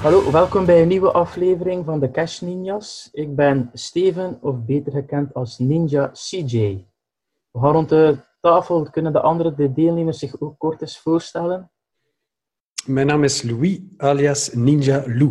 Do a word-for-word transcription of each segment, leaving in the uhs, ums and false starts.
Hallo, welkom bij een nieuwe aflevering van de Cash Ninjas. Ik ben Steven, of beter gekend als Ninja C J. We gaan rond de tafel, kunnen de andere de deelnemers zich ook kort eens voorstellen? Mijn naam is Louis, alias Ninja Lou.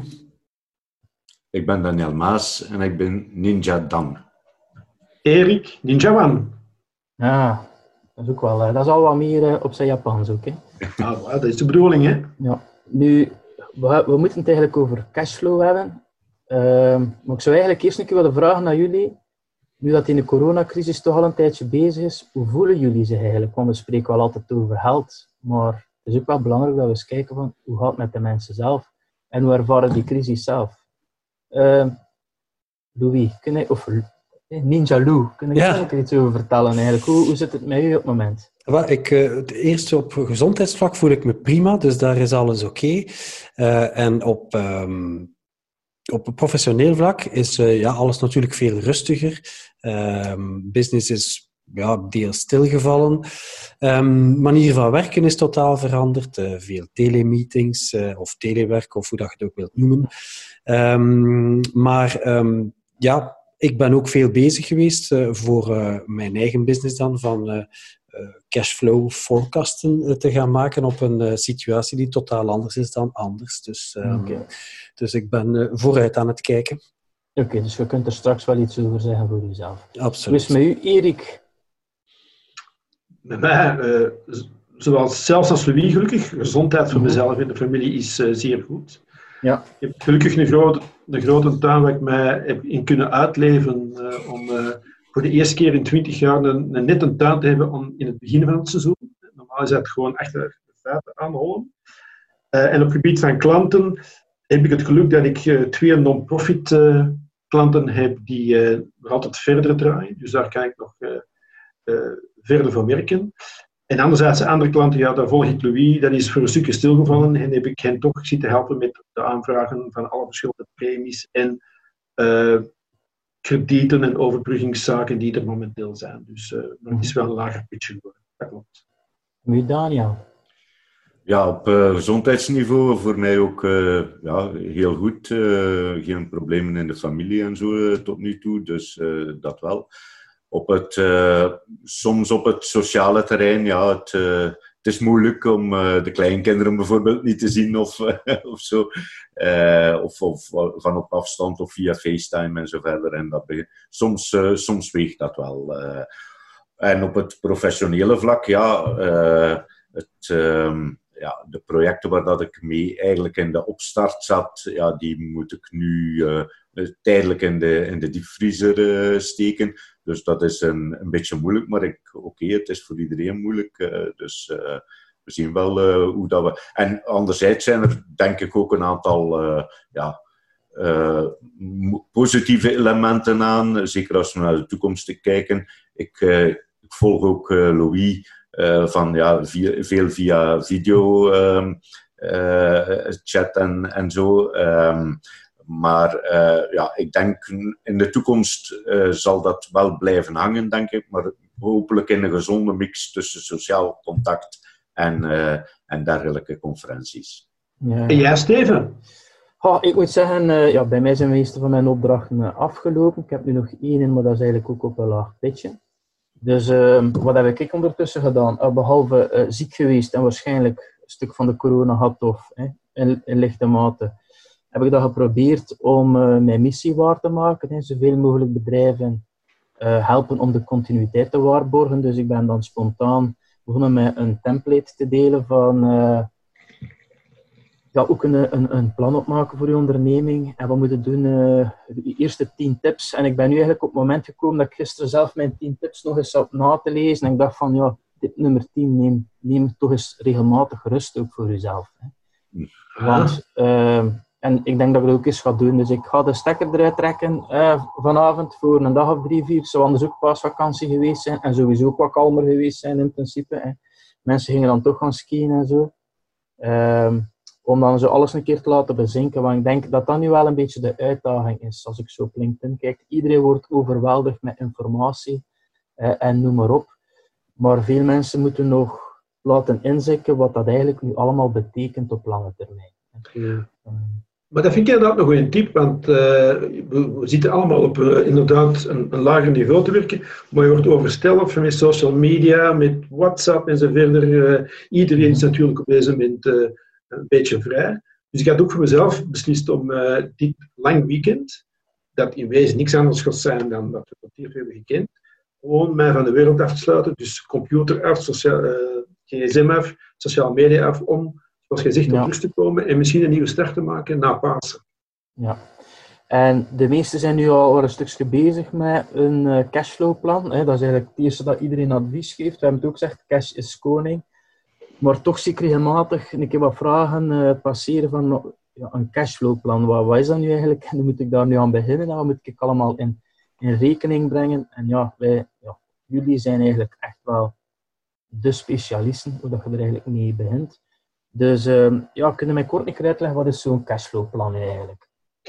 Ik ben Daniel Maas en ik ben Ninja Dan. Erik, Ninja Man. Ja, dat is ook wel, dat is al wat meer uh, op zijn Japans ook, hè? Ah, well, dat is de bedoeling, hè? Ja, nu, we, we moeten het eigenlijk over cashflow hebben. Uh, maar ik zou eigenlijk eerst een keer willen vragen naar jullie, nu dat in de coronacrisis toch al een tijdje bezig is, hoe voelen jullie zich eigenlijk? Want we spreken wel altijd over geld, maar het is ook wel belangrijk dat we eens kijken van hoe gaat het met de mensen zelf en hoe ervaren die crisis zelf. Uh, Louis, kun je, of Ninja Lou, kun je ja. er iets over vertellen eigenlijk? Hoe, hoe zit het met u op het moment? Well, ik, uh, het eerste op gezondheidsvlak voel ik me prima, dus daar is alles oké. Okay. Uh, en op, um, op professioneel vlak is uh, ja, alles natuurlijk veel rustiger. Uh, business is ja, deels stilgevallen. Um, manier van werken is totaal veranderd. Uh, veel telemeetings uh, of telewerk, of hoe dat je het ook wilt noemen. Um, maar um, ja, ik ben ook veel bezig geweest uh, voor uh, mijn eigen business dan, van uh, uh, cashflow forecasten uh, te gaan maken op een uh, situatie die totaal anders is dan anders. Dus, um, okay. dus ik ben uh, vooruit aan het kijken. Oké, okay, dus je kunt er straks wel iets over zeggen voor jezelf. Absoluut. Dus met u, Erik? Met mij, uh, zoals, zelfs als Louis, gelukkig. Gezondheid voor mezelf en de familie is uh, zeer goed. Ja. Ik heb gelukkig een grote, een grote tuin waar ik mij heb in kunnen uitleven uh, om uh, voor de eerste keer in twintig jaar een, een nette tuin te hebben om, in het begin van het seizoen. Normaal is dat gewoon achter de feiten aanhollen. Uh, en op het gebied van klanten heb ik het geluk dat ik uh, twee non-profit uh, klanten heb die uh, nog altijd verder draaien. Dus daar kan ik nog uh, uh, verder van werken. En anderzijds, andere klanten, ja, daar volg ik Louis, dat is voor een stukje stilgevallen en heb ik hen toch zitten helpen met de aanvragen van alle verschillende premies en uh, kredieten en overbruggingszaken die er momenteel zijn. Dus uh, het is wel een lager pitje geworden, dat klopt. Wie Daniel? Ja, op uh, gezondheidsniveau voor mij ook uh, ja, heel goed. Uh, geen problemen in de familie en zo uh, tot nu toe, dus uh, dat wel. Op het, uh, soms op het sociale terrein, ja, het, uh, het is moeilijk om uh, de kleinkinderen bijvoorbeeld niet te zien of, uh, of zo. Uh, of, of van op afstand of via FaceTime en zo verder. En dat be- soms, uh, soms weegt dat wel. Uh, en op het professionele vlak, ja, uh, het, uh, ja, de projecten waar dat ik mee eigenlijk in de opstart zat, ja, die moet ik nu uh, tijdelijk in de, in de diepvriezer uh, steken. Dus dat is een, een beetje moeilijk, maar oké, okay, het is voor iedereen moeilijk. Uh, dus uh, we zien wel uh, hoe dat we... En anderzijds zijn er denk ik ook een aantal uh, ja, uh, positieve elementen aan. Zeker als we naar de toekomst kijken. Ik, uh, ik volg ook uh, Louis uh, van ja, via, veel via video um, uh, chat en, en zo. Um, Maar uh, ja, ik denk in de toekomst uh, zal dat wel blijven hangen, denk ik. Maar hopelijk in een gezonde mix tussen sociaal contact en, uh, en dergelijke conferenties. Ja. En jij, Steven? Oh, ik moet zeggen, uh, ja, bij mij zijn de meeste van mijn opdrachten uh, afgelopen. Ik heb nu nog één in, maar dat is eigenlijk ook op een laag pitje. Dus uh, wat heb ik ondertussen gedaan? Uh, behalve uh, ziek geweest en waarschijnlijk een stuk van de corona had of eh, in, in lichte mate, heb ik dat geprobeerd om uh, mijn missie waar te maken. Hè. Zoveel mogelijk bedrijven uh, helpen om de continuïteit te waarborgen. Dus ik ben dan spontaan begonnen met een template te delen van... Uh, ja, ook een, een, een plan opmaken voor je onderneming. En wat moet je doen? Uh, de eerste tien tips. En ik ben nu eigenlijk op het moment gekomen dat ik gisteren zelf mijn tien tips nog eens zat na te lezen. En ik dacht van, ja, tip nummer tien, neem, neem toch eens regelmatig rust ook voor jezelf. Hè. Want... Uh, En ik denk dat ik dat ook eens ga doen. Dus ik ga de stekker eruit trekken uh, vanavond voor een dag of drie, vier. Het zou anders ook paasvakantie geweest zijn. En sowieso ook wat kalmer geweest zijn in principe. Hè. Mensen gingen dan toch gaan skiën en zo. Um, om dan zo alles een keer te laten bezinken. Want ik denk dat dat nu wel een beetje de uitdaging is. Als ik zo op LinkedIn kijk. Iedereen wordt overweldigd met informatie. Uh, en noem maar op. Maar veel mensen moeten nog laten inzinken wat dat eigenlijk nu allemaal betekent op lange termijn. Ja. Maar dat vind ik inderdaad nog een tip, want uh, we, we zitten allemaal op uh, inderdaad een, een lager niveau te werken, maar je wordt overstelpt met social media, met WhatsApp en zo verder. Uh, iedereen is natuurlijk op deze moment uh, een beetje vrij. Dus ik had ook voor mezelf beslist om uh, dit lang weekend, dat in wezen niks anders gaat zijn dan wat we tot hier hebben gekend, gewoon mij van de wereld af te sluiten, dus computer af, sociaal, uh, gsm af, sociale media af, om, zoals je zegt, tot ja. rust te komen en misschien een nieuwe start te maken na Pasen. Ja, en de meesten zijn nu al een stukje bezig met een uh, cashflowplan. Hè. Dat is eigenlijk het eerste dat iedereen advies geeft. We hebben het ook gezegd, cash is koning. Maar toch zie ik regelmatig een keer wat vragen uh, passeren van ja, een cashflowplan. Wat, wat is dat nu eigenlijk? En hoe moet ik daar nu aan beginnen? En wat moet ik allemaal in, in rekening brengen? En ja, wij, ja, jullie zijn eigenlijk echt wel de specialisten, hoe dat je er eigenlijk mee begint. Dus uh, ja, kun je mij kort een keer uitleggen, wat is zo'n cashflowplan eigenlijk?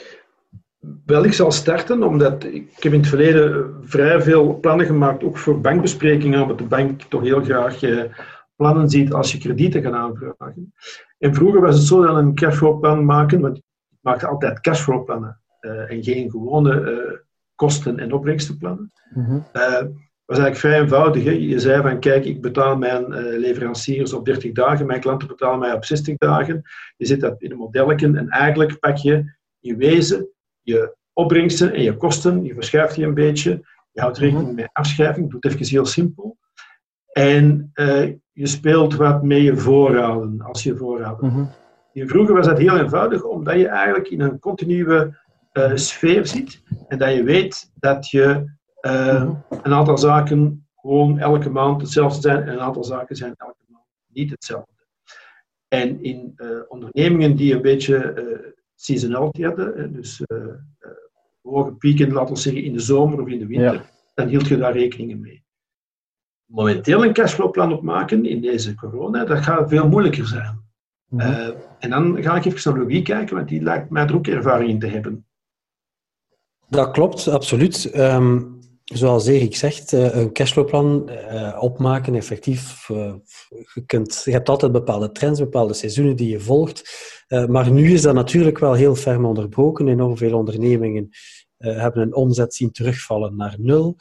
Wel, ik zal starten, omdat ik heb in het verleden vrij veel plannen gemaakt, ook voor bankbesprekingen, omdat de bank toch heel graag uh, plannen ziet als je kredieten gaat aanvragen. En vroeger was het zo dat een cashflowplan maken, want ik maakte altijd cashflowplannen uh, en geen gewone uh, kosten- en opbrengstenplannen. Mm-hmm. Uh, was eigenlijk vrij eenvoudig. Hè? Je zei van, kijk, ik betaal mijn uh, leveranciers op dertig dagen, mijn klanten betalen mij op zestig dagen. Je zet dat in een modelletje en eigenlijk pak je in wezen je opbrengsten en je kosten, je verschuift die een beetje, je houdt rekening met afschrijving, doet even heel simpel. En uh, je speelt wat met je voorraden, als je voorraden mm-hmm. hebt. Vroeger was dat heel eenvoudig, omdat je eigenlijk in een continue uh, sfeer zit en dat je weet dat je uh, een aantal zaken gewoon elke maand hetzelfde zijn en een aantal zaken zijn elke maand niet hetzelfde. En in uh, ondernemingen die een beetje uh, seasonality hadden, dus uh, uh, hoge pieken, laten we zeggen, in de zomer of in de winter, ja. Dan hield je daar rekening mee. Momenteel een cashflowplan opmaken in deze corona, dat gaat veel moeilijker zijn. Mm-hmm. Uh, en dan ga ik even naar Louis kijken, want die lijkt mij er ook ervaring in te hebben. Dat klopt, absoluut. Um, zoals Erik zegt, uh, een cashflowplan uh, opmaken, effectief. Uh, je, kunt, je hebt altijd bepaalde trends, bepaalde seizoenen die je volgt. Uh, maar nu is dat natuurlijk wel heel ferm onderbroken. Enorm veel ondernemingen uh, hebben een omzet zien terugvallen naar nul.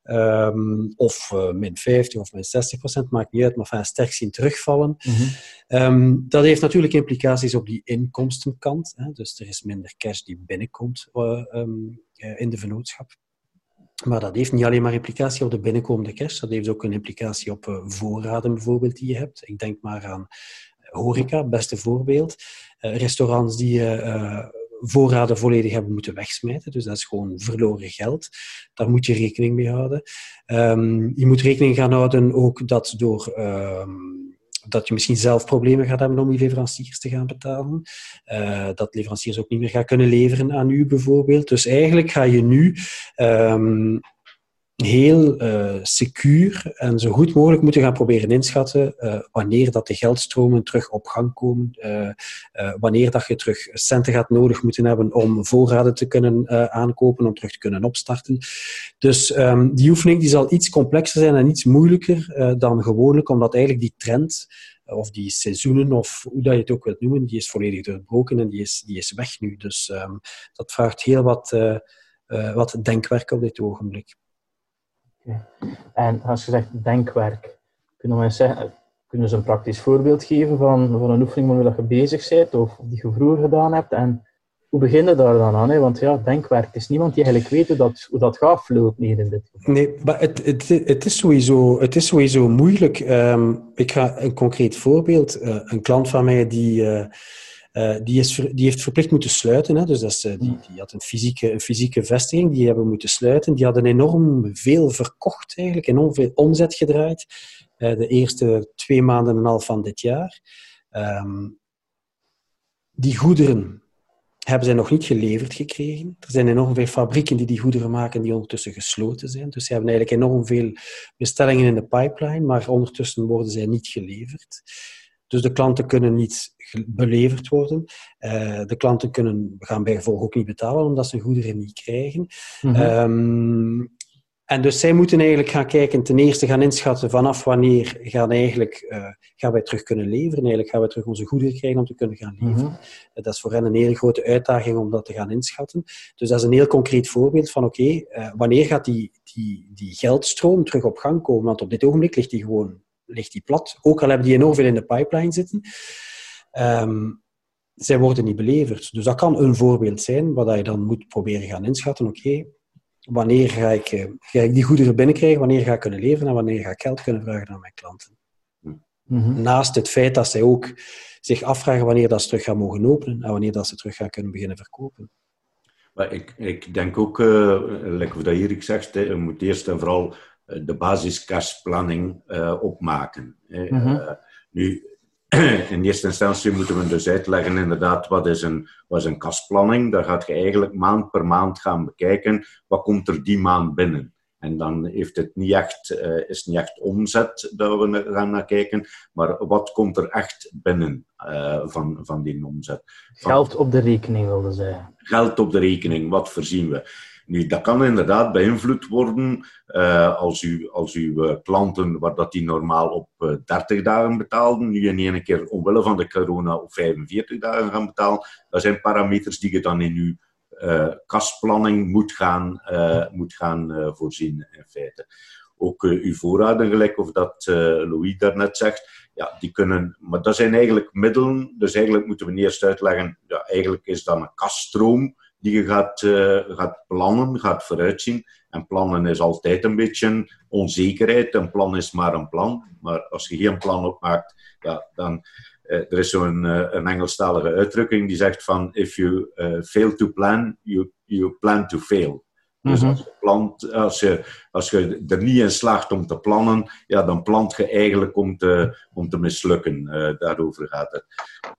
Um, of uh, min vijftig of min zestig procent, maakt niet uit, maar enfin, sterk zien terugvallen. Mm-hmm. Um, dat heeft natuurlijk implicaties op die inkomstenkant. Hè? Dus er is minder cash die binnenkomt uh, um, uh, in de vennootschap. Maar dat heeft niet alleen maar implicatie op de binnenkomende cash, dat heeft ook een implicatie op uh, voorraden bijvoorbeeld die je hebt. Ik denk maar aan horeca, beste voorbeeld. Uh, restaurants die uh, voorraden volledig hebben moeten wegsmijten. Dus dat is gewoon verloren geld. Daar moet je rekening mee houden. Um, je moet rekening gaan houden ook dat door... Um, dat je misschien zelf problemen gaat hebben om je leveranciers te gaan betalen. Uh, dat leveranciers ook niet meer gaan kunnen leveren aan u bijvoorbeeld. Dus eigenlijk ga je nu um, heel uh, secuur en zo goed mogelijk moeten gaan proberen inschatten uh, wanneer dat de geldstromen terug op gang komen, uh, uh, wanneer dat je terug centen gaat nodig moeten hebben om voorraden te kunnen uh, aankopen, om terug te kunnen opstarten. Dus um, die oefening die zal iets complexer zijn en iets moeilijker uh, dan gewoonlijk, omdat eigenlijk die trend uh, of die seizoenen, of hoe dat je het ook wilt noemen, die is volledig doorbroken en die is, die is weg nu. Dus um, dat vraagt heel wat, uh, uh, wat denkwerk op dit ogenblik. Okay. En als je zegt denkwerk, kunnen we zeggen, kunnen ze een praktisch voorbeeld geven van, van een oefening waarmee je bezig bent of die je vroeger gedaan hebt en hoe begin je daar dan aan? Hè? Want ja, denkwerk, het is niemand die eigenlijk weet hoe dat, hoe dat gaat lopen hier in dit geval. Nee, maar het, het, het, is, sowieso, het is sowieso moeilijk. Um, ik ga een concreet voorbeeld. Uh, een klant van mij die... Uh, Uh, die, is ver, die heeft verplicht moeten sluiten. Hè. Dus dat is, uh, die, die had een fysieke, een fysieke vestiging, die hebben moeten sluiten. Die hadden enorm veel verkocht, eigenlijk, enorm veel omzet gedraaid. Uh, de eerste twee maanden en een half van dit jaar. Um, die goederen hebben zij nog niet geleverd gekregen. Er zijn enorm veel fabrieken die die goederen maken die ondertussen gesloten zijn. Dus ze hebben eigenlijk enorm veel bestellingen in de pipeline, maar ondertussen worden zij niet geleverd. Dus de klanten kunnen niet beleverd worden. Uh, de klanten kunnen, gaan bij gevolg ook niet betalen, omdat ze hun goederen niet krijgen. Mm-hmm. Um, En dus zij moeten eigenlijk gaan kijken, ten eerste gaan inschatten vanaf wanneer gaan, eigenlijk, uh, gaan wij terug kunnen leveren. Eigenlijk gaan wij terug onze goederen krijgen om te kunnen gaan leveren. Mm-hmm. Dat is voor hen een hele grote uitdaging om dat te gaan inschatten. Dus dat is een heel concreet voorbeeld van oké, okay, uh, wanneer gaat die, die, die geldstroom terug op gang komen? Want op dit ogenblik ligt die gewoon ligt die plat. Ook al hebben die enorm veel in de pipeline zitten. Um, zij worden niet beleverd. Dus dat kan een voorbeeld zijn waar je dan moet proberen gaan inschatten. Oké, okay, wanneer ga ik, ga ik die goederen binnenkrijgen, wanneer ga ik kunnen leveren en wanneer ga ik geld kunnen vragen aan mijn klanten. Mm-hmm. Naast het feit dat zij ook zich afvragen wanneer dat ze terug gaan mogen openen en wanneer dat ze terug gaan kunnen beginnen verkopen. Maar ik, ik denk ook, uh, lekker wat Erik zegt, hè, je moet eerst en vooral de basiscashplanning uh, opmaken. Mm-hmm. Uh, nu, in eerste instantie moeten we dus uitleggen inderdaad wat is een, wat is een kasplanning. Daar gaat je eigenlijk maand per maand gaan bekijken wat komt er die maand binnen. En dan heeft het niet echt, uh, is het niet echt omzet dat we gaan naar kijken, maar wat komt er echt binnen uh, van, van die omzet. Van, geld op de rekening wilde zeggen. Geld op de rekening, wat voorzien we? Nu, dat kan inderdaad beïnvloed worden uh, als, u, als uw uh, klanten, waar dat die normaal op uh, dertig dagen betaalden, nu in één keer omwille van de corona op vijfenveertig dagen gaan betalen. Dat zijn parameters die je dan in uw uh, kasplanning moet gaan, uh, moet gaan uh, voorzien, in feite. Ook uh, uw voorraden, gelijk of dat uh, Louis daarnet zegt, ja, die kunnen, maar dat zijn eigenlijk middelen, dus eigenlijk moeten we eerst uitleggen, ja, eigenlijk is dat een kasstroom die je gaat, uh, gaat plannen, gaat vooruitzien. En plannen is altijd een beetje onzekerheid. Een plan is maar een plan. Maar als je geen plan opmaakt, ja, dan... Uh, er is zo'n uh, een Engelstalige uitdrukking die zegt van if you uh, fail to plan, you, you plan to fail. Mm-hmm. Dus als je, plant, als, je, als je er niet in slaagt om te plannen, ja, dan plant je eigenlijk om te, om te mislukken. Uh, daarover gaat het.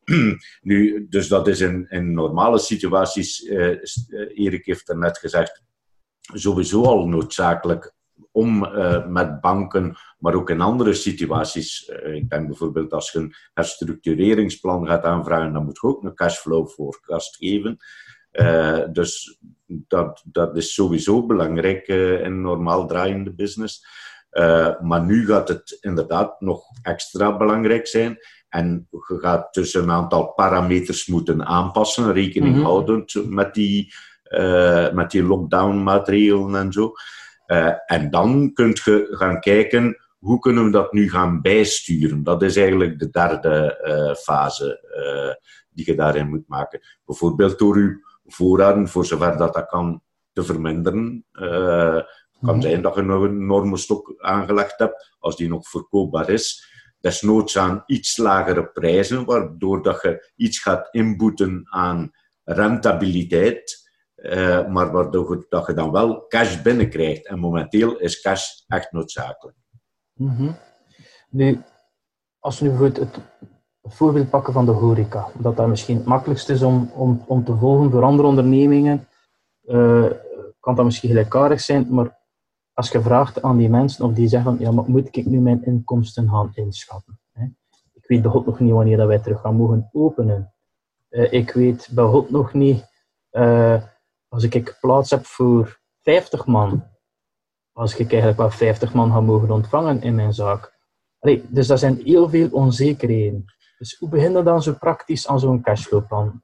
Nu, dus dat is in, in normale situaties, uh, Erik heeft er net gezegd, sowieso al noodzakelijk om uh, met banken, maar ook in andere situaties. Uh, ik denk bijvoorbeeld als je een herstructureringsplan gaat aanvragen, dan moet je ook een cashflow forecast geven. Uh, dus dat, dat is sowieso belangrijk uh, in een normaal draaiende business. Uh, maar nu gaat het inderdaad nog extra belangrijk zijn. En je gaat dus een aantal parameters moeten aanpassen, rekening mm-hmm. houdend met die, uh, met die lockdown-maatregelen en zo. Uh, en dan kun je gaan kijken, hoe kunnen we dat nu gaan bijsturen? Dat is eigenlijk de derde uh, fase uh, die je daarin moet maken. Bijvoorbeeld door je voorraden, voor zover dat, dat kan, te verminderen. Uh, het kan zijn dat je nog een enorme stok aangelegd hebt, als die nog verkoopbaar is. Desnoods aan iets lagere prijzen, waardoor dat je iets gaat inboeten aan rentabiliteit. Uh, maar waardoor dat je dan wel cash binnenkrijgt. En momenteel is cash echt noodzakelijk. Mm-hmm. Nu, als we nu voor het, het voorbeeld pakken van de horeca, dat dat misschien het makkelijkst is om, om, om te volgen voor andere ondernemingen, uh, kan dat misschien gelijkaardig zijn, maar als je vraagt aan die mensen of die zeggen van, ja, maar moet ik nu mijn inkomsten gaan inschatten? Hè? Ik weet bij God nog niet wanneer dat wij terug gaan mogen openen. Uh, ik weet bij God nog niet... Uh, Als ik plaats heb voor vijftig man, als ik eigenlijk wel vijftig man ga mogen ontvangen in mijn zaak. Allee, dus dat zijn heel veel onzekerheden. Dus hoe begin je dan zo praktisch aan zo'n cashflowplan?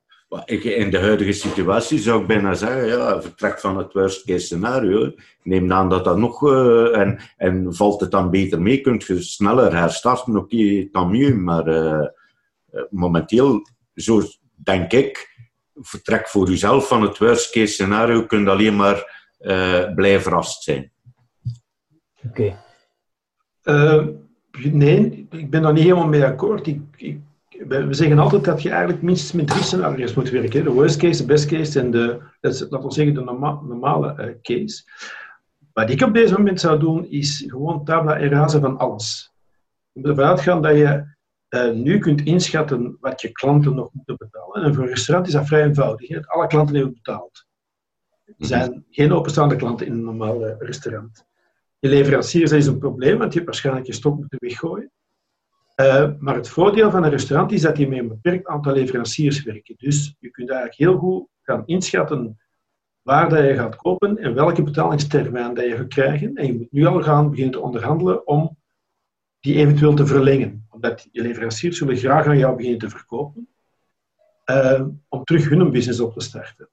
In de huidige situatie zou ik bijna zeggen, ja, vertrek van het worst case scenario. Ik neem aan dat dat nog, uh, en, en valt het dan beter mee, kunt je sneller herstarten, oké, okay, dan mieux, maar uh, momenteel, zo denk ik, vertrek voor jezelf van het worst case scenario, kun je alleen maar uh, blij verrast zijn. Oké. Okay. Uh, nee, ik ben daar niet helemaal mee akkoord. Ik, ik, we zeggen altijd dat je eigenlijk minstens met drie scenario's moet werken. De worst case, de best case en de, laten we zeggen, de norma- normale uh, case. Wat ik op deze moment zou doen, is gewoon tabula rasa van alles. Je moet ervan uitgaan dat je Uh, nu kunt inschatten wat je klanten nog moeten betalen. En voor een restaurant is dat vrij eenvoudig. Hè? Alle klanten hebben betaald. Er zijn mm-hmm. geen openstaande klanten in een normaal uh, restaurant. Je leveranciers, dat is een probleem, want je hebt waarschijnlijk je stok moeten weggooien. Uh, maar het voordeel van een restaurant is dat je met een beperkt aantal leveranciers werkt. Dus je kunt eigenlijk heel goed gaan inschatten waar dat je gaat kopen en welke betalingstermijn dat je gaat krijgen. En je moet nu al gaan beginnen te onderhandelen om die eventueel te verlengen. Omdat je leveranciers zullen graag aan jou beginnen te verkopen, uh, om terug hun business op te starten.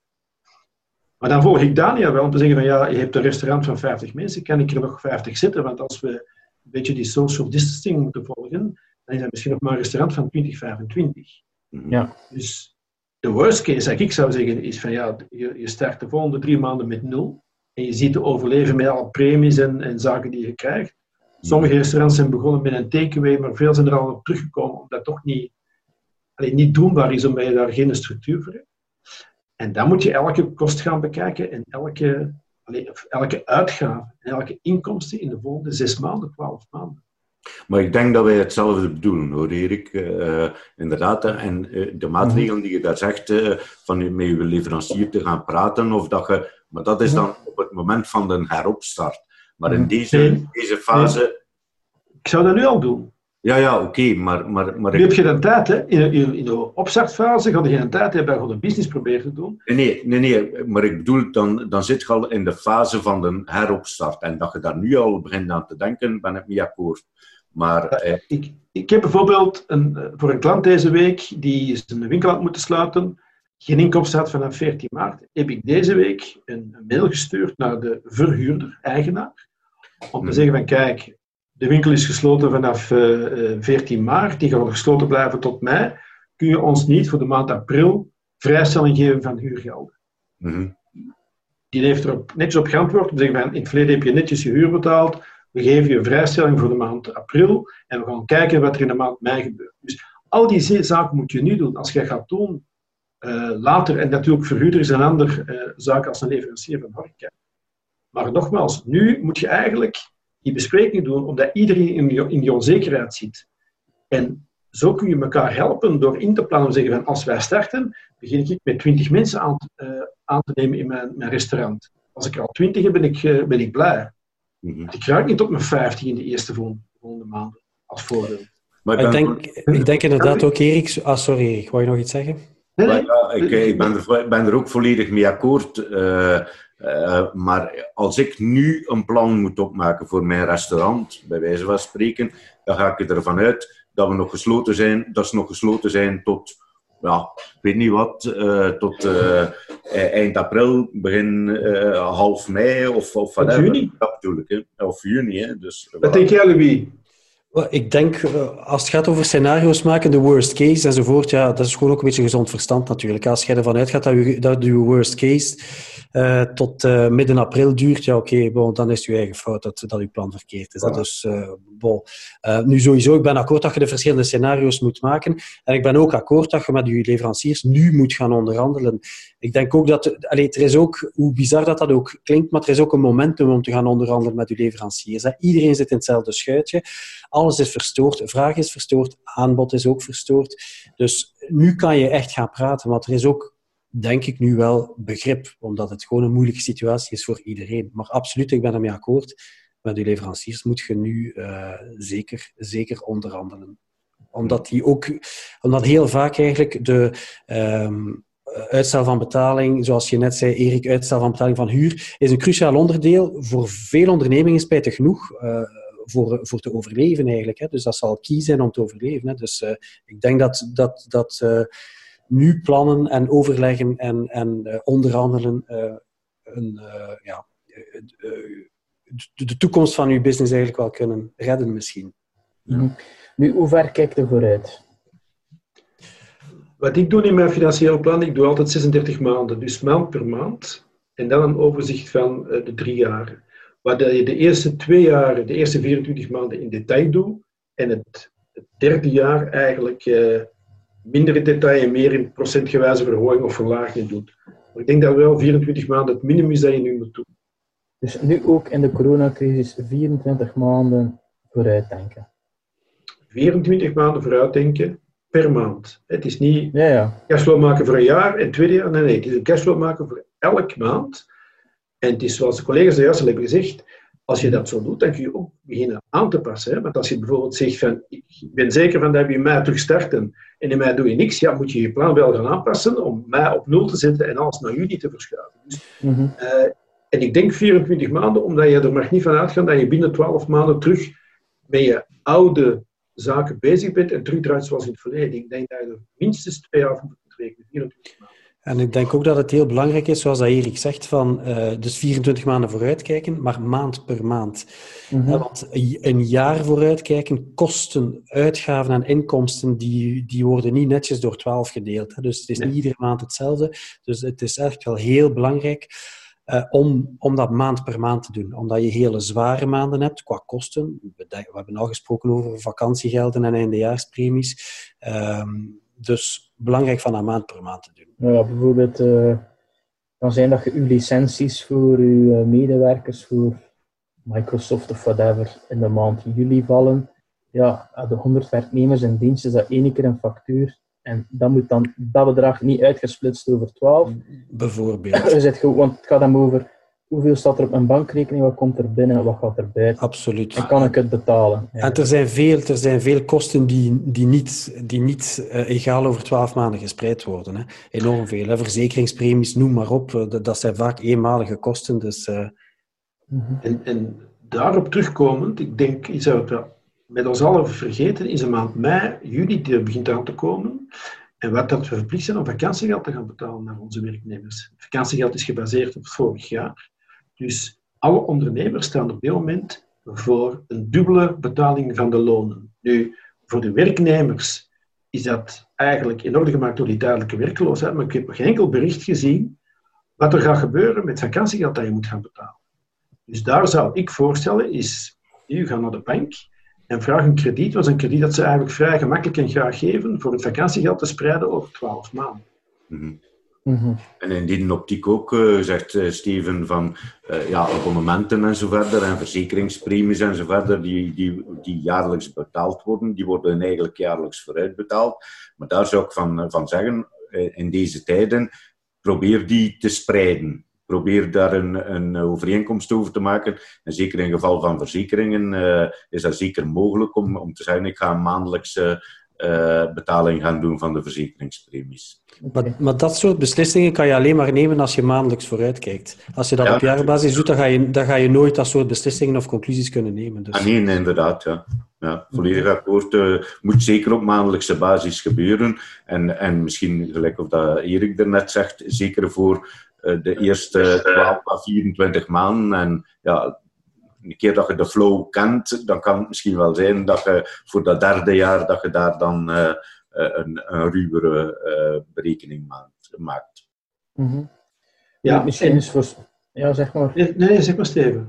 Maar dan volg ik Daniel wel om te zeggen van ja, je hebt een restaurant van vijftig mensen, kan ik er nog vijftig zetten? Want als we een beetje die social distancing moeten volgen, dan is dat misschien nog maar een restaurant van twintig, vijfentwintig. Ja. Dus de worst case, dat ik zou zeggen, is van ja, je, je start de volgende drie maanden met nul en je ziet te overleven met alle premies en, en zaken die je krijgt. Sommige restaurants zijn begonnen met een takeaway, maar veel zijn er al op teruggekomen omdat dat toch niet, allee, niet doenbaar is, omdat je daar geen structuur voor hebt. En dan moet je elke kost gaan bekijken en elke, allee, elke uitgave en elke inkomsten in de volgende zes maanden, twaalf maanden. Maar ik denk dat wij hetzelfde bedoelen, hoor Erik. Uh, inderdaad, en uh, de maatregelen die je daar zegt, uh, van met je leverancier te gaan praten, of dat je, maar dat is dan op het moment van de heropstart. Maar in deze, nee, deze fase... Nee. Ik zou dat nu al doen. Ja, ja, oké, okay, maar... maar, maar nu ik... heb je geen tijd, hè. In, in, in de opstartfase ga je geen tijd hebben om een business proberen te doen. Nee, nee, nee, maar ik bedoel, dan, dan zit je al in de fase van de heropstart. En dat je daar nu al begint aan te denken, ben ik niet akkoord. Maar, eh... ik, ik heb bijvoorbeeld een, voor een klant deze week die zijn winkel had moeten sluiten, geen inkomsten had vanaf veertien maart, heb ik deze week een mail gestuurd naar de verhuurder, eigenaar, om te hmm. zeggen van kijk, de winkel is gesloten vanaf uh, veertien maart, die gaat gesloten blijven tot mei, kun je ons niet voor de maand april vrijstelling geven van huurgelden. Hmm. Die heeft erop netjes op geantwoord, om te zeggen van in het verleden heb je netjes je huur betaald, we geven je een vrijstelling voor de maand april en we gaan kijken wat er in de maand mei gebeurt. Dus al die zaken moet je nu doen. Als je gaat doen uh, later, en natuurlijk verhuurder is een andere uh, zaak als een leverancier van horeca. Maar nogmaals, nu moet je eigenlijk die bespreking doen, omdat iedereen in die, in die onzekerheid zit. En zo kun je elkaar helpen door in te plannen, om te zeggen van als wij starten, begin ik met twintig mensen aan, uh, aan te nemen in mijn, mijn restaurant. Als ik er al twintig heb, ben ik, uh, ben ik blij. Mm-hmm. Ik raak niet op mijn vijftig in de eerste volgende, volgende maanden, als voorbeeld. Maar ik, denk, ik denk inderdaad ook, Erik... Ah, sorry Erik, wou je nog iets zeggen? Nee, nee. Ja, ik, ik ben, er, ben er ook volledig mee akkoord. Uh, uh, maar als ik nu een plan moet opmaken voor mijn restaurant, bij wijze van spreken, dan ga ik ervan uit dat we nog gesloten zijn, dat ze nog gesloten zijn tot... Ja, ik weet niet wat, uh, tot uh, eind april, begin uh, half mei of, of whatever. Juni? Dat bedoel ik, hè. Of juni. Hè. Dus, wat denk jij, Louis? Ik denk, als het gaat over scenario's maken, de worst case enzovoort, ja, dat is gewoon ook een beetje gezond verstand natuurlijk. Als je ervan uitgaat dat je, dat je worst case uh, tot uh, midden april duurt, ja oké, okay, bon, dan is het je eigen fout dat, dat je plan verkeerd is. Ja. Dus, uh, bon. uh, nu sowieso, ik ben akkoord dat je de verschillende scenario's moet maken. En ik ben ook akkoord dat je met je leveranciers nu moet gaan onderhandelen. Ik denk ook dat, allee, er is ook, hoe bizar dat dat ook klinkt, maar er is ook een momentum om te gaan onderhandelen met je leveranciers. Hè. Iedereen zit in hetzelfde schuitje. Alles is verstoord, vraag is verstoord, aanbod is ook verstoord. Dus nu kan je echt gaan praten, want er is ook, denk ik, nu wel begrip, omdat het gewoon een moeilijke situatie is voor iedereen. Maar absoluut, ik ben ermee akkoord. Met je leveranciers moet je nu uh, zeker, zeker onderhandelen. Omdat die ook, omdat heel vaak eigenlijk de um, uitstel van betaling, zoals je net zei, Erik, uitstel van betaling van huur, is een cruciaal onderdeel. Voor veel ondernemingen spijtig genoeg. Uh, Voor, voor te overleven eigenlijk. Hè. Dus dat zal key zijn om te overleven. Hè. Dus uh, ik denk dat, dat, dat uh, nu plannen en overleggen en, en uh, onderhandelen uh, een, uh, ja, uh, de, de toekomst van uw business eigenlijk wel kunnen redden misschien. Mm-hmm. Nu, hoe ver kijkt er vooruit? Wat ik doe in mijn financiële plan, ik doe altijd zesendertig maanden. Dus maand per maand. En dan een overzicht van uh, de drie jaren. Waar je de eerste twee jaar, de eerste vierentwintig maanden in detail doet en het, het derde jaar eigenlijk uh, minder in detail en meer in procentgewijze verhoging of verlaging doet. Maar ik denk dat wel vierentwintig maanden het minimum is dat je nu moet doen. Dus nu ook in de coronacrisis vierentwintig maanden vooruitdenken? vierentwintig maanden vooruitdenken per maand. Het is niet ja, ja. cashflow maken voor een jaar en het tweede jaar. Nee, nee, het is een cashflow maken voor elke maand. En het is zoals de collega's er juist al hebben gezegd, Als je dat zo doet, dan kun je ook beginnen aan te passen. Hè? Want als je bijvoorbeeld zegt van, ik ben zeker van dat we in mei terug starten en in mei doe je niks, ja, moet je je plan wel gaan aanpassen om mei op nul te zetten en alles naar juni te verschuiven. Dus, Mm-hmm. uh, en ik denk vierentwintig maanden, omdat je er mag niet van uitgaan dat je binnen twaalf maanden terug met je oude zaken bezig bent en terugdraait zoals in het verleden. Ik denk dat je er minstens twee jaar voor moet rekenen, vierentwintig maanden. En ik denk ook dat het heel belangrijk is, zoals dat Erik zegt, van, uh, dus vierentwintig maanden vooruitkijken, maar maand per maand. Mm-hmm. Ja, want een jaar vooruitkijken, kosten, uitgaven en inkomsten, die, die worden niet netjes door twaalf gedeeld. Hè. Dus het is Nee. niet iedere maand hetzelfde. Dus het is echt wel heel belangrijk uh, om, om dat maand per maand te doen. Omdat je hele zware maanden hebt qua kosten. We, we hebben al gesproken over vakantiegelden en eindejaarspremies. Um, dus belangrijk van dat maand per maand te doen. Ja, bijvoorbeeld, het uh, kan zijn dat je je licenties voor je uh, medewerkers, voor Microsoft of whatever, in de maand juli vallen. Ja, de honderd werknemers in dienst is dat één keer een factuur. En dat moet dan dat bedrag niet uitgesplitst over twaalf. Bijvoorbeeld. Je zit gewoon, want het gaat dan over hoeveel staat er op mijn bankrekening, wat komt er binnen en wat gaat er buiten. Absoluut. En kan ik het betalen? Ja. En er zijn veel, er zijn veel kosten die, die niet, die niet uh, egaal over twaalf maanden gespreid worden. Hè. Enorm veel. Hè. Verzekeringspremies, noem maar op. Dat, dat zijn vaak eenmalige kosten. Dus, uh... mm-hmm. en, en daarop terugkomend, ik denk, je zou het wel met ons allen vergeten, is een maand mei, juni, die begint aan te komen. En wat dat we verplicht zijn om vakantiegeld te gaan betalen naar onze werknemers. Het vakantiegeld is gebaseerd op het vorig jaar. Dus alle ondernemers staan op dit moment voor een dubbele betaling van de lonen. Nu, voor de werknemers is dat eigenlijk in orde gemaakt door die tijdelijke werkloosheid, maar ik heb geen enkel bericht gezien wat er gaat gebeuren met vakantiegeld dat je moet gaan betalen. Dus daar zou ik voorstellen, is, je gaat naar de bank en vraag een krediet, was een krediet dat ze eigenlijk vrij gemakkelijk en graag geven, voor het vakantiegeld te spreiden over twaalf maanden. Mm-hmm. Mm-hmm. En in die optiek ook, uh, zegt uh, Steven, van uh, ja, abonnementen en zo verder, en verzekeringspremies en zo verder, die, die, die jaarlijks betaald worden, die worden eigenlijk jaarlijks vooruitbetaald. Maar daar zou ik van, van zeggen, uh, in deze tijden, probeer die te spreiden. Probeer daar een, een overeenkomst over te maken. En zeker in geval van verzekeringen uh, is dat zeker mogelijk om, om te zeggen, ik ga een maandelijkse uh, betaling gaan doen van de verzekeringspremies. Maar, maar dat soort beslissingen kan je alleen maar nemen als je maandelijks vooruitkijkt. Als je dat ja, op jaarbasis doet, dan ga, je, dan ga je nooit dat soort beslissingen of conclusies kunnen nemen. Dus. Ah, nee, inderdaad. Ja. Ja, volledig akkoord. Uh, moet zeker op maandelijkse basis gebeuren. En, en misschien, gelijk of dat Erik er net zegt, zeker voor uh, de eerste twaalf à vierentwintig maanden. En ja, een keer dat je de flow kent, dan kan het misschien wel zijn dat je voor dat derde jaar, dat je daar dan uh, een, een ruwere uh, berekening maakt. Mm-hmm. Ja, misschien en... is voor... Ja, zeg maar. Nee, nee, zeg maar Steven.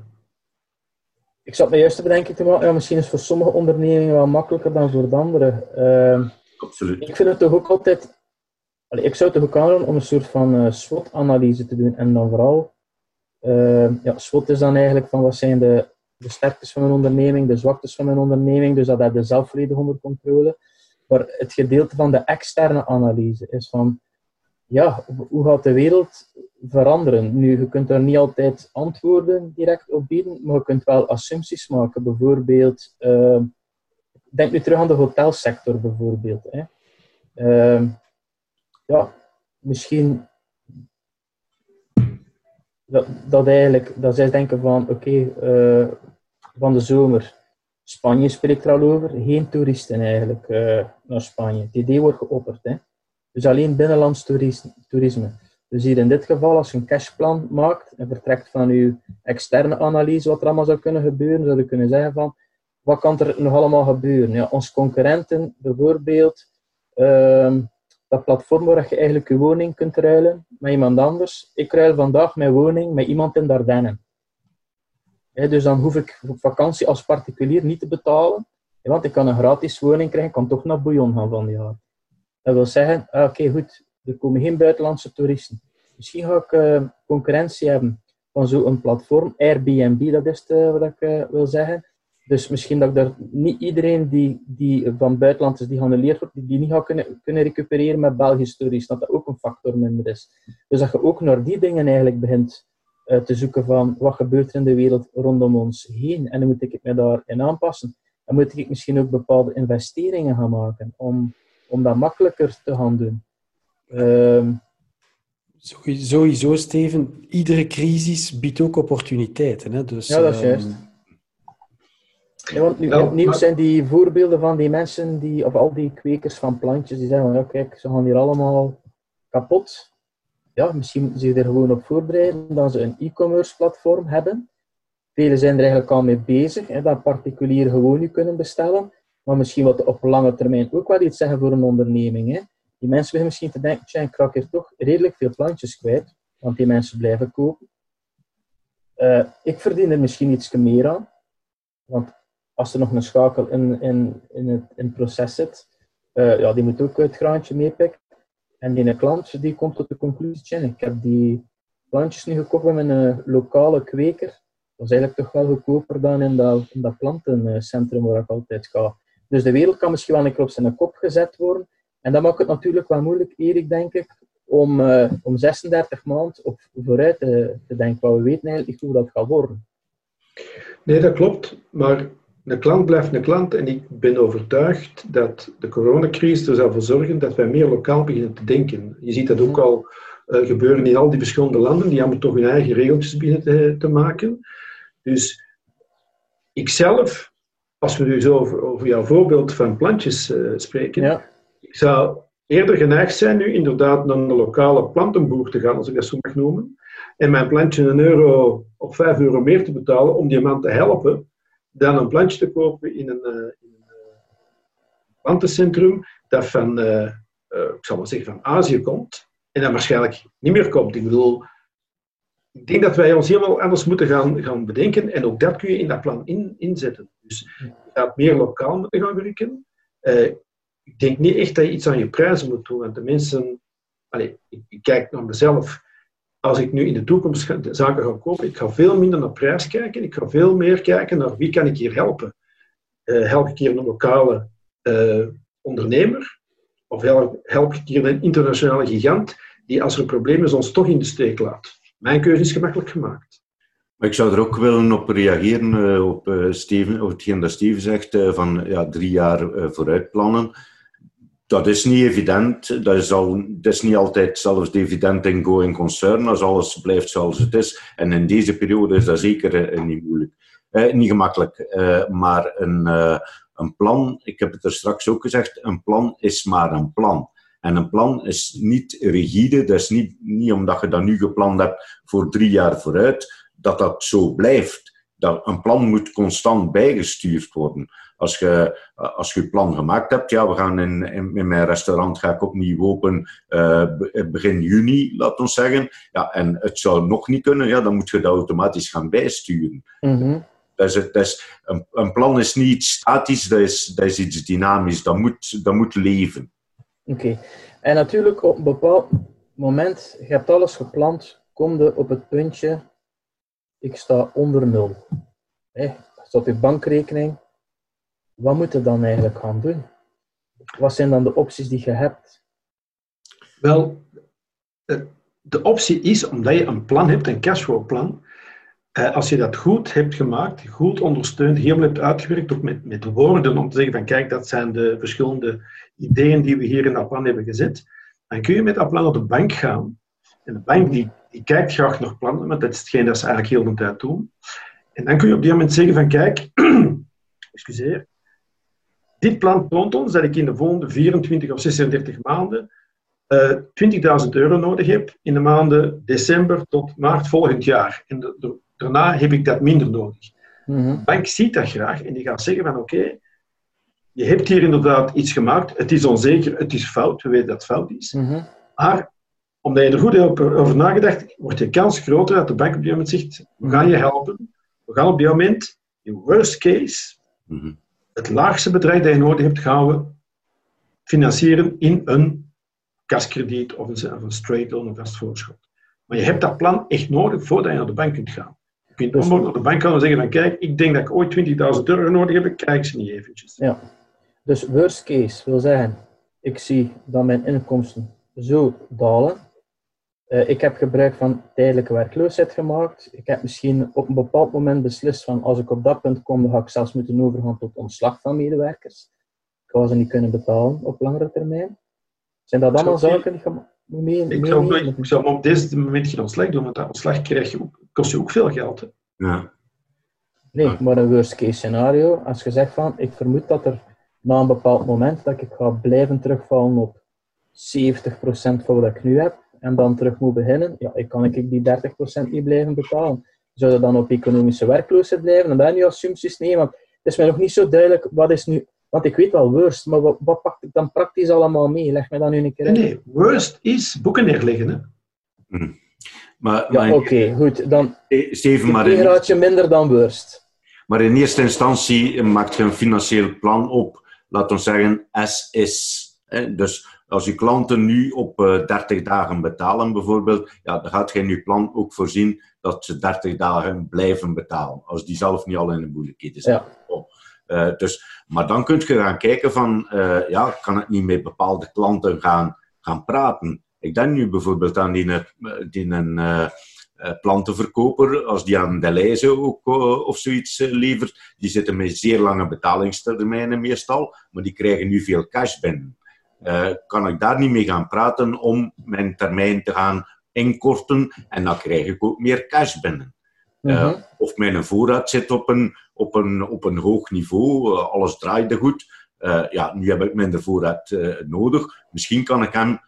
Ik zat me juist te bedenken, te maken, ja, misschien is het voor sommige ondernemingen wel makkelijker dan voor de andere. Uh, Absoluut. Ik vind het toch ook altijd... Allee, ik zou het toch ook aanraden om een soort van uh, SWOT-analyse te doen. En dan vooral... Uh, ja, SWOT is dan eigenlijk van wat zijn de, de sterktes van een onderneming, de zwaktes van een onderneming. Dus dat heb je zelf volledig onder controle. Maar het gedeelte van de externe analyse is van... Ja, hoe gaat de wereld veranderen? Nu, je kunt daar niet altijd antwoorden direct op bieden, maar je kunt wel assumpties maken. Bijvoorbeeld, uh, denk nu terug aan de hotelsector bijvoorbeeld. Hè. Uh, ja, misschien dat, dat eigenlijk, dat zij denken van, oké, okay, uh, van de zomer, Spanje spreekt er al over, geen toeristen eigenlijk uh, naar Spanje. Het idee wordt geopperd, hè. Dus alleen binnenlands toerisme. Dus hier in dit geval, als je een cashplan maakt en vertrekt van je externe analyse wat er allemaal zou kunnen gebeuren, zou je kunnen zeggen van, wat kan er nog allemaal gebeuren? Ja, onze concurrenten, bijvoorbeeld, uh, dat platform waar je eigenlijk je woning kunt ruilen met iemand anders. Ik ruil vandaag mijn woning met iemand in Dardenne. Ja, dus dan hoef ik op vakantie als particulier niet te betalen, ja, want ik kan een gratis woning krijgen, ik kan toch naar Bouillon gaan van die jaar. Dat wil zeggen, ah, oké, okay, goed, er komen geen buitenlandse toeristen. Misschien ga ik uh, concurrentie hebben van zo'n platform, Airbnb, dat is het, uh, wat ik uh, wil zeggen. Dus misschien dat ik daar niet iedereen die, die van buitenland is, die geannuleerd wordt, die, die niet gaat kunnen, kunnen recupereren met Belgische toeristen, dat dat ook een factor minder is. Dus dat je ook naar die dingen eigenlijk begint uh, te zoeken van wat gebeurt er in de wereld rondom ons heen. En dan moet ik me daarin aanpassen. Dan moet ik misschien ook bepaalde investeringen gaan maken om, om dat makkelijker te gaan doen. Uh, Sowieso, Steven, iedere crisis biedt ook opportuniteiten. Hè? Dus, ja, dat is um... juist. Ja, want nu, opnieuw maar... zijn die voorbeelden van die mensen, die, of al die kwekers van plantjes, die zeggen van, ja kijk, ze gaan hier allemaal kapot. Ja, misschien moeten ze er gewoon op voorbereiden dat ze een e-commerce platform hebben. Velen zijn er eigenlijk al mee bezig, hè, dat particulieren gewoon nu kunnen bestellen. Maar misschien wat op lange termijn ook wel iets zeggen voor een onderneming. Hè. Die mensen beginnen misschien te denken, tja, ik raak hier toch redelijk veel plantjes kwijt, want die mensen blijven kopen. Uh, ik verdien er misschien iets meer aan, want als er nog een schakel in, in, in, het, in het proces zit, uh, ja, die moet ook het graantje meepikken. En die klant die komt tot de conclusie, ik heb die plantjes nu gekocht bij mijn uh, lokale kweker. Dat is eigenlijk toch wel goedkoper dan in dat, in dat plantencentrum waar ik altijd ga. Dus de wereld kan misschien wel een keer op zijn kop gezet worden. En dat maakt het natuurlijk wel moeilijk, Erik, denk ik, om, uh, om zesendertig maanden op vooruit te, te denken. Want we weten eigenlijk niet hoe dat gaat worden. Nee, dat klopt. Maar een klant blijft een klant. En ik ben overtuigd dat de coronacrisis er zal voor zorgen dat wij meer lokaal beginnen te denken. Je ziet dat ook al uh, gebeuren in al die verschillende landen. Die hebben toch hun eigen regeltjes beginnen te, te maken. Dus ikzelf, als we nu zo over, over jouw voorbeeld van plantjes uh, spreken... Ja. Ik zou eerder geneigd zijn nu inderdaad naar een lokale plantenboer te gaan, als ik dat zo mag noemen, en mijn plantje een euro of vijf euro meer te betalen om die man te helpen, dan een plantje te kopen in een, uh, in een uh, plantencentrum dat van, uh, uh, ik zal maar zeggen, van Azië komt en dan waarschijnlijk niet meer komt. Ik bedoel, ik denk dat wij ons helemaal anders moeten gaan, gaan bedenken en ook dat kun je in dat plan in, inzetten. Dus je gaat meer lokaal moeten gaan werken. Uh, Ik denk niet echt dat je iets aan je prijzen moet doen, want de mensen... Allez, ik, ik kijk naar mezelf. Als ik nu in de toekomst ga, de zaken ga kopen, ik ga veel minder naar prijs kijken. Ik ga veel meer kijken naar wie kan ik hier helpen. Uh, help ik hier een lokale uh, ondernemer? Of help, help ik hier een internationale gigant die als er een probleem is ons toch in de steek laat? Mijn keuze is gemakkelijk gemaakt. Maar ik zou er ook willen op reageren, uh, op, uh, Steven, op hetgeen dat Steven zegt, uh, van ja, drie jaar uh, vooruit plannen. Dat is niet evident. Dat is, al, dat is niet altijd zelfs evident in going concern, als alles blijft zoals het is. En in deze periode is dat zeker uh, niet moeilijk. Uh, niet gemakkelijk. Uh, maar een, uh, een plan, ik heb het er straks ook gezegd, een plan is maar een plan. En een plan is niet rigide. Dat is niet, niet omdat je dat nu gepland hebt voor drie jaar vooruit, dat dat zo blijft. Dat een plan moet constant bijgestuurd worden. Als je, als je je plan gemaakt hebt, ja, we gaan in, in, in mijn restaurant ga ik opnieuw open uh, begin juni, laat ons zeggen. Ja, en het zou nog niet kunnen, ja, dan moet je dat automatisch gaan bijsturen. Mm-hmm. Dat is, dat is, een, een plan is niet iets statisch, dat is, dat is iets dynamisch, dat moet, dat moet leven. Oké, okay. En natuurlijk op een bepaald moment, je hebt alles gepland, kom je op het puntje, ik sta onder nul. Hey, dat is op je bankrekening. Wat moet je dan eigenlijk gaan doen? Wat zijn dan de opties die je hebt? Wel, de optie is, omdat je een plan hebt, een cashflow-plan, als je dat goed hebt gemaakt, goed ondersteund, helemaal hebt uitgewerkt, ook met, met woorden, om te zeggen van kijk, dat zijn de verschillende ideeën die we hier in dat plan hebben gezet, dan kun je met dat plan op de bank gaan. En de bank die, die kijkt graag naar plannen, want dat is hetgeen dat ze eigenlijk heel de tijd doen. En dan kun je op die moment zeggen van kijk, excuseer, dit plan toont ons dat ik in de volgende vierentwintig of zesendertig maanden uh, twintigduizend euro nodig heb in de maanden december tot maart volgend jaar. En de, de, daarna heb ik dat minder nodig. Mm-hmm. De bank ziet dat graag en die gaat zeggen van oké, okay, je hebt hier inderdaad iets gemaakt, het is onzeker, het is fout, we weten dat het fout is. Mm-hmm. Maar omdat je er goed hebt over nagedacht, wordt de kans groter dat de bank op die moment zegt, we gaan je helpen, we gaan op die moment, in worst case, mm-hmm. het laagste bedrag dat je nodig hebt, gaan we financieren in een kaskrediet of een, of een straight loan of vastvoorschot. Maar je hebt dat plan echt nodig voordat je naar de bank kunt gaan. Je kunt dus onmogelijk naar de bank gaan en zeggen van kijk, ik denk dat ik ooit twintigduizend euro nodig heb, ik krijg ze niet eventjes. Ja. Dus worst case wil zeggen, ik zie dat mijn inkomsten zo dalen. Uh, ik heb gebruik van tijdelijke werkloosheid gemaakt. Ik heb misschien op een bepaald moment beslist van als ik op dat punt kom, dan ga ik zelfs moeten overgaan tot ontslag van medewerkers. Ik ga ze niet kunnen betalen op langere termijn. Zijn dat allemaal zaken die je moet mee, ik, mee zou, nemen? ik zou op deze moment geen ontslag doen, want dat ontslag krijg je ook, kost je ook veel geld. Hè? Ja. Nee, maar een worst case scenario, als je zegt van, ik vermoed dat er na een bepaald moment dat ik ga blijven terugvallen op zeventig procent van wat ik nu heb, en dan terug moet beginnen, ja, ik kan ik die dertig procent niet blijven betalen. Zou je dan op economische werkloosheid blijven? En dat nu assumpties nemen, want het is mij nog niet zo duidelijk, wat is nu, want ik weet wel worst, maar wat, wat pak ik dan praktisch allemaal mee? Leg me dan nu een keer uit. Nee, worst is boeken neerleggen. Hè? Hm. Maar, Ja, maar, oké, okay, goed. Dan Steven, maar een in, raadje minder dan worst. maar in eerste instantie maak je een financieel plan op, laten we zeggen, as is. Hè? Dus als je klanten nu op uh, dertig dagen betalen bijvoorbeeld, ja, dan gaat je in je plan ook voorzien dat ze dertig dagen blijven betalen, als die zelf niet al in de moeilijkheden zijn. Ja. Oh. Uh, dus, maar dan kun je gaan kijken van, uh, ja, kan ik niet met bepaalde klanten gaan, gaan praten? Ik denk nu bijvoorbeeld aan die, die een uh, uh, plantenverkoper, als die aan Deleuze ook uh, of zoiets uh, levert, die zitten met zeer lange betalingstermijnen meestal, maar die krijgen nu veel cash binnen. Uh, kan ik daar niet mee gaan praten om mijn termijn te gaan inkorten en dan krijg ik ook meer cash binnen. Uh, mm-hmm. Of mijn voorraad zit op een, op een, op een hoog niveau, uh, alles draaide goed. Uh, ja, nu heb ik minder voorraad uh, nodig. Misschien kan ik hem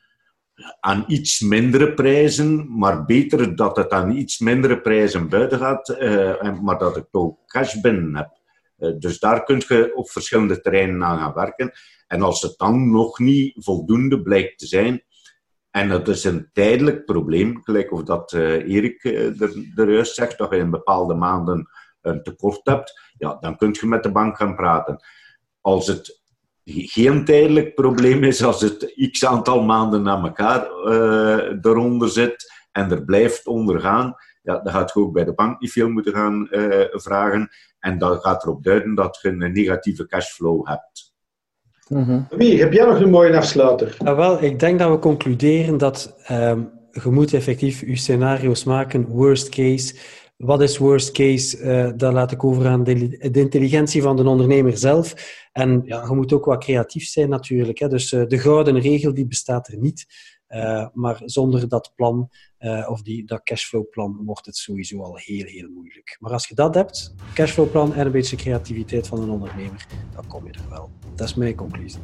aan iets mindere prijzen, maar beter dat het aan iets mindere prijzen buiten gaat, uh, maar dat ik toch cash binnen heb. Uh, dus daar kun je op verschillende terreinen aan gaan werken. En als het dan nog niet voldoende blijkt te zijn, en dat is een tijdelijk probleem, gelijk of dat uh, Erik uh, er, er juist zegt, dat je in bepaalde maanden een tekort hebt, ja, dan kun je met de bank gaan praten. Als het geen tijdelijk probleem is, als het x aantal maanden na elkaar uh, eronder zit en er blijft ondergaan, ja, dan gaat je ook bij de bank niet veel moeten gaan uh, vragen. En dat gaat erop duiden dat je een negatieve cashflow hebt. Mm-hmm. Wie, heb jij nog een mooie afsluiter? Nou wel, ik denk dat we concluderen dat um, je moet effectief je scenario's maken, worst case. Wat is worst case? Uh, dat laat ik over aan de, de intelligentie van de ondernemer zelf. En ja, je moet ook wat creatief zijn natuurlijk. Hè. Dus uh, de gouden regel die bestaat er niet. Uh, maar zonder dat plan, uh, of die, dat cashflowplan, wordt het sowieso al heel, heel moeilijk. Maar als je dat hebt, cashflowplan en een beetje creativiteit van een ondernemer, dan kom je er wel. Dat is mijn conclusie.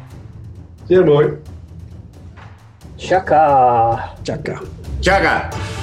Zeer mooi. Tjaka. Tjaka. Tjaka.